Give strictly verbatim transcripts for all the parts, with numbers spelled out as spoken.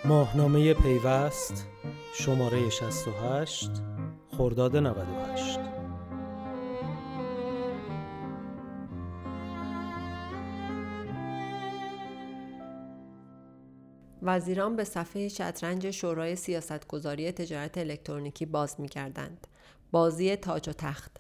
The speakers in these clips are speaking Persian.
ماهنامه پیوست شماره شصت و هشت خرداد نود و هشت. وزیران به صفحه شطرنج شورای سیاستگذاری تجارت الکترونیکی باز می‌گردند. بازی تاج و تخت.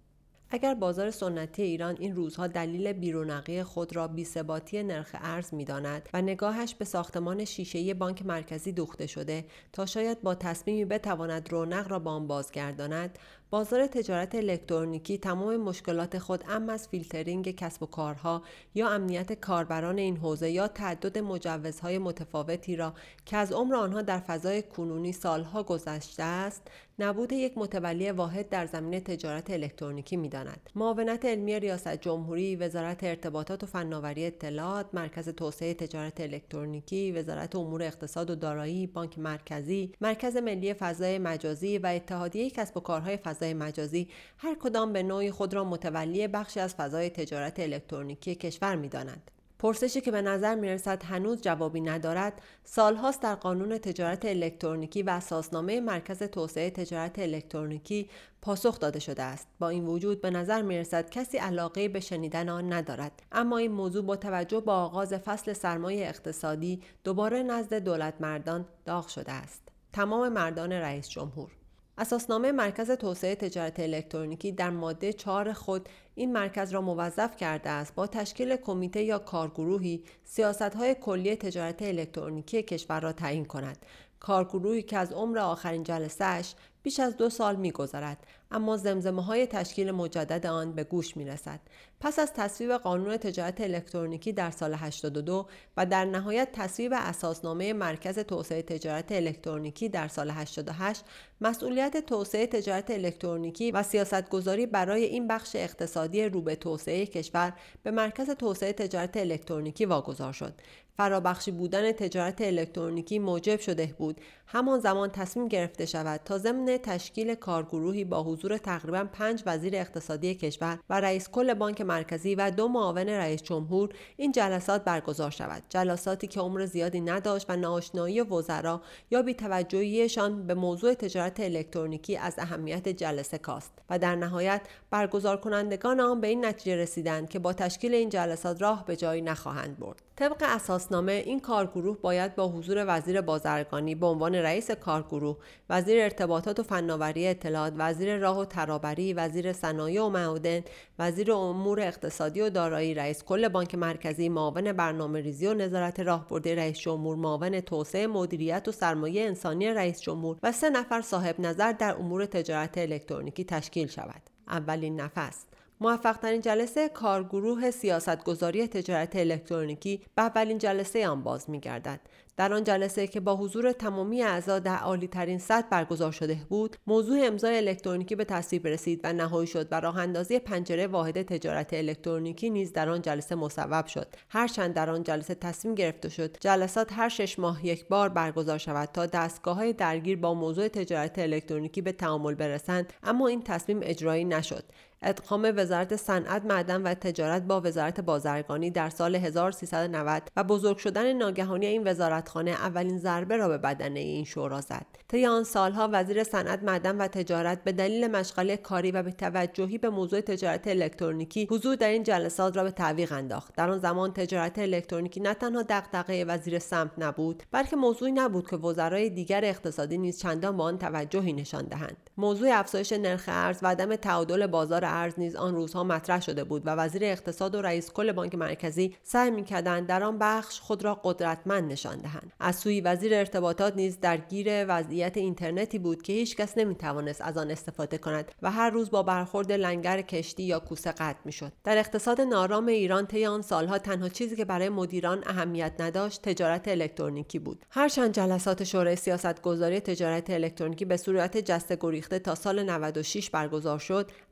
اگر بازار سنتی ایران این روزها دلیل بیرونقی خود را بی‌ثباتی نرخ ارز می‌داند و نگاهش به ساختمان شیشه‌ای بانک مرکزی دوخته شده تا شاید با تصمیمی بتواند رونق را به آن بازگرداند، بازار تجارت الکترونیکی تمام مشکلات خود ام از فیلترینگ کسب و کارها یا امنیت کاربران این حوزه یا تعدد مجوزهای متفاوتی را که از عمر آنها در فضای کنونی سالها گذشته است، نبود یک متولی واحد در زمینه تجارت الکترونیکی می‌داند. معاونت علمی ریاست جمهوری، وزارت ارتباطات و فناوری اطلاعات، مرکز توسعه تجارت الکترونیکی، وزارت امور اقتصاد و دارایی، بانک مرکزی، مرکز ملی فضای مجازی و اتحادیه کسب و کارهای فضای مجازی هر کدام به نوعی خود را متولی بخشی از فضای تجارت الکترونیکی کشور می‌دانند. پرسشی که به نظر می‌رسد هنوز جوابی ندارد، سالهاست در قانون تجارت الکترونیکی و اساسنامه مرکز توسعه تجارت الکترونیکی پاسخ داده شده است. با این وجود به نظر می‌رسد کسی علاقه به شنیدن آن ندارد. اما این موضوع با توجه به آغاز فصل سرمایه اقتصادی دوباره نزد دولت مردان داغ شده است. تمام مردان رئیس جمهور. اساسنامه مرکز توسعه تجارت الکترونیکی در ماده چهار خود این مرکز را موظف کرده است با تشکیل کمیته یا کارگروهی سیاست‌های کلی تجارت الکترونیکی کشور را تعیین کند. کارگروهی که از عمر آخرین جلسه‌اش بیش از دو سال می‌گذرد، اما زمزمه‌های تشکیل مجدد آن به گوش می‌رسد. پس از تصویب قانون تجارت الکترونیکی در سال هشتاد و دو و در نهایت تصویب اساسنامه مرکز توسعه تجارت الکترونیکی در سال هشتاد و هشت، مسئولیت توسعه تجارت الکترونیکی و سیاستگذاری برای این بخش اقتصادی رو به توسعه کشور به مرکز توسعه تجارت الکترونیکی واگذار شد. فرابخشی بودن تجارت الکترونیکی موجب شده بود همان زمان تصمیم گرفته شود تا ضمن تشکیل کارگروهی با حضور تقریباً پنج وزیر اقتصادی کشور و رئیس کل بانک مرکزی و دو معاون رئیس جمهور این جلسات برگزار شود. جلساتی که عمر زیادی نداشت و ناآشنایی وزرا یا بی‌توجهیشان به موضوع تجارت الکترونیکی از اهمیت جلسه کاست و در نهایت برگزار کنندگان آن به این نتیجه رسیدند که با تشکیل این جلسات راه به جایی نخواهند برد. طبق اساسنامه این کارگروه باید با حضور وزیر بازرگانی به عنوان رئیس کارگروه، وزیر ارتباطات و فناوری اطلاعات، وزیر راه و ترابری، وزیر صنایع و معادن، وزیر امور اقتصادی و دارایی، رئیس کل بانک مرکزی، معاون برنامه‌ریزی و نظارت راهبردی رئیس جمهور، معاون توسعه مدیریت و سرمایه انسانی رئیس جمهور و سه نفر صاحب نظر در امور تجارت الکترونیکی تشکیل شود. اولین نفس موفق ترین جلسه کارگروه سیاستگذاری تجارت الکترونیکی به اولین جلسه آن باز می گردد. در آن جلسه که با حضور تمامی اعضا در عالی ترین سطح برگزار شده بود، موضوع امضای الکترونیکی به تصویب رسید و نهایی شد و راه اندازی پنجره واحد تجارت الکترونیکی نیز در آن جلسه مصوب شد. هرچند در آن جلسه تصمیم گرفته شد جلسات هر شش ماه یک بار برگزار شود تا دستگاه‌های درگیر با موضوع تجارت الکترونیکی به تعامل برسند، اما این تصمیم اجرایی نشد. ادغام وزارت صنعت، معدن و تجارت با وزارت بازرگانی در سال هزار و سیصد و نود و بزرگ شدن ناگهانی این وزارتخانه اولین ضربه را به بدنه این شورا زد. طی آن سالها وزیر صنعت، معدن و تجارت به دلیل مشغله کاری و بی‌توجهی به موضوع تجارت الکترونیکی حضور در این جلسات را به تعویق انداخت. در آن زمان تجارت الکترونیکی نه تنها دغدغه وزیر سمت نبود، بلکه موضوعی نبود که وزرای دیگر اقتصادی نیز چندان به آن توجهی نشان دهند. موضوع افزایش نرخ ارز و عدم تعادل بازار ارز نیز آن روزها مطرح شده بود و وزیر اقتصاد و رئیس کل بانک مرکزی سعی می‌کردند در آن بخش خود را قدرتمند نشان دهند. از سوی وزیر ارتباطات نیز درگیر وضعیت اینترنتی بود که هیچ کس نمی‌توانست از آن استفاده کند و هر روز با برخورد لنگر کشتی یا کوسه قطع می‌شد. در اقتصاد نارام ایران طی آن سالها تنها چیزی که برای مدیران اهمیت نداشت تجارت الکترونیکی بود. هرچند جلسات شورای سیاستگذاری تجارت الکترونیکی به صورت جسته گریخته تا سال نود و شش برگزار شد، اما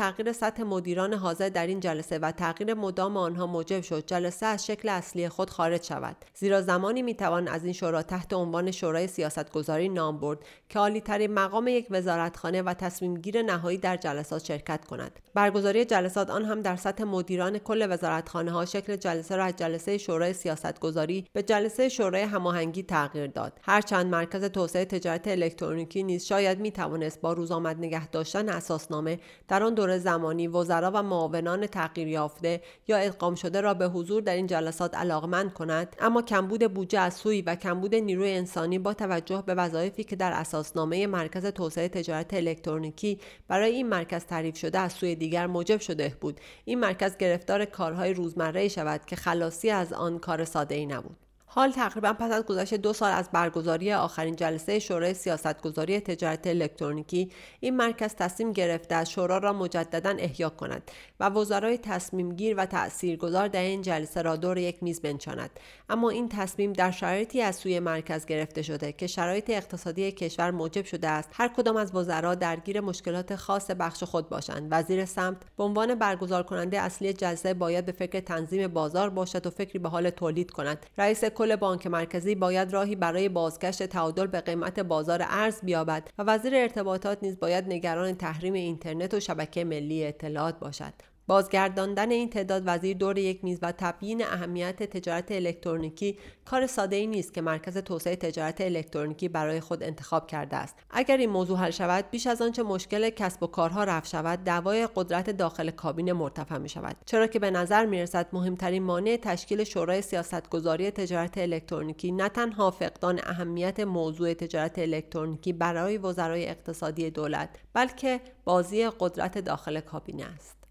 تغییر سطح مدیران حاضر در این جلسه و تغییر مدام آنها موجب شد جلسه از شکل اصلی خود خارج شود، زیرا زمانی میتوان از این شورا تحت عنوان شورای سیاستگذاری نام برد که عالی‌ترین مقام یک وزارتخانه و تصمیم گیر نهایی در جلسات شرکت کند. برگزاری جلسات آن هم در سطح مدیران کل وزارتخانه ها شکل جلسه را از جلسه شورای سیاستگذاری به جلسه شورای هماهنگی تغییر داد. هرچند مرکز توسعه تجارت الکترونیکی نیز شاید می توانست با روزآمد نگه داشتن اساسنامه در آن دوره زمانی وزرا و معاونان تغییر یافته یا ادغام شده را به حضور در این جلسات علاقمند کند، اما کمبود بودجه از سوی و کمبود نیروی انسانی با توجه به وظایفی که در اساسنامه مرکز توسعه تجارت الکترونیکی برای این مرکز تعریف شده از سوی دیگر موجب شده بود این مرکز گرفتار کارهای روزمره شود که خلاصی از آن کار ساده‌ای نبود. حال تقریبا پس از گذشت دو سال از برگزاری آخرین جلسه شورای سیاستگذاری تجارت الکترونیکی، این مرکز تصمیم گرفته از شورا را مجددا احیا کند و وزرای تصمیم گیر و تاثیرگذار در این جلسه را دور یک میز بنشاند. اما این تصمیم در شرایطی از سوی مرکز گرفته شده که شرایط اقتصادی کشور موجب شده است هر کدام از وزرا درگیر مشکلات خاص بخش خود باشند. وزیر سمت به عنوان برگزار کننده اصلی جلسه باید به فکر تنظیم بازار باشد و فکری به حال تولید کند. رئیس کل بانک مرکزی باید راهی برای بازگشت تعادل به قیمت بازار ارز بیابد و وزیر ارتباطات نیز باید نگران تحریم اینترنت و شبکه ملی اطلاعات باشد. بازگرداندن این تعداد وزیر دور یک میز و تبیین اهمیت تجارت الکترونیکی کار ساده‌ای نیست که مرکز توسعه تجارت الکترونیکی برای خود انتخاب کرده است. اگر این موضوع حل شود، بیش از آنچه مشکل کسب و کارها رفع شود، دعوای قدرت داخل کابینه مرتفع می شود، چرا که به نظر می رسد مهمترین مانع تشکیل شورای سیاستگذاری تجارت الکترونیکی نه تنها فقدان اهمیت موضوع تجارت الکترونیکی برای وزرای اقتصادی دولت، بلکه بازی قدرت داخل کابینه است.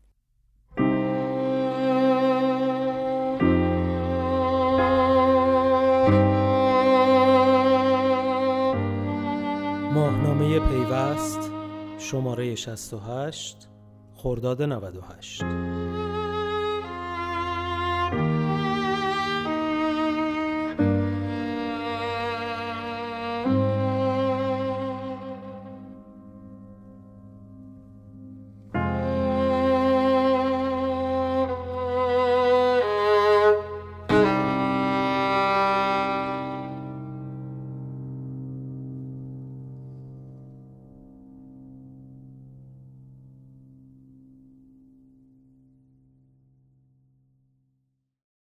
ماهنامه پیوست شماره شصت و هشت خرداد نود و هشت.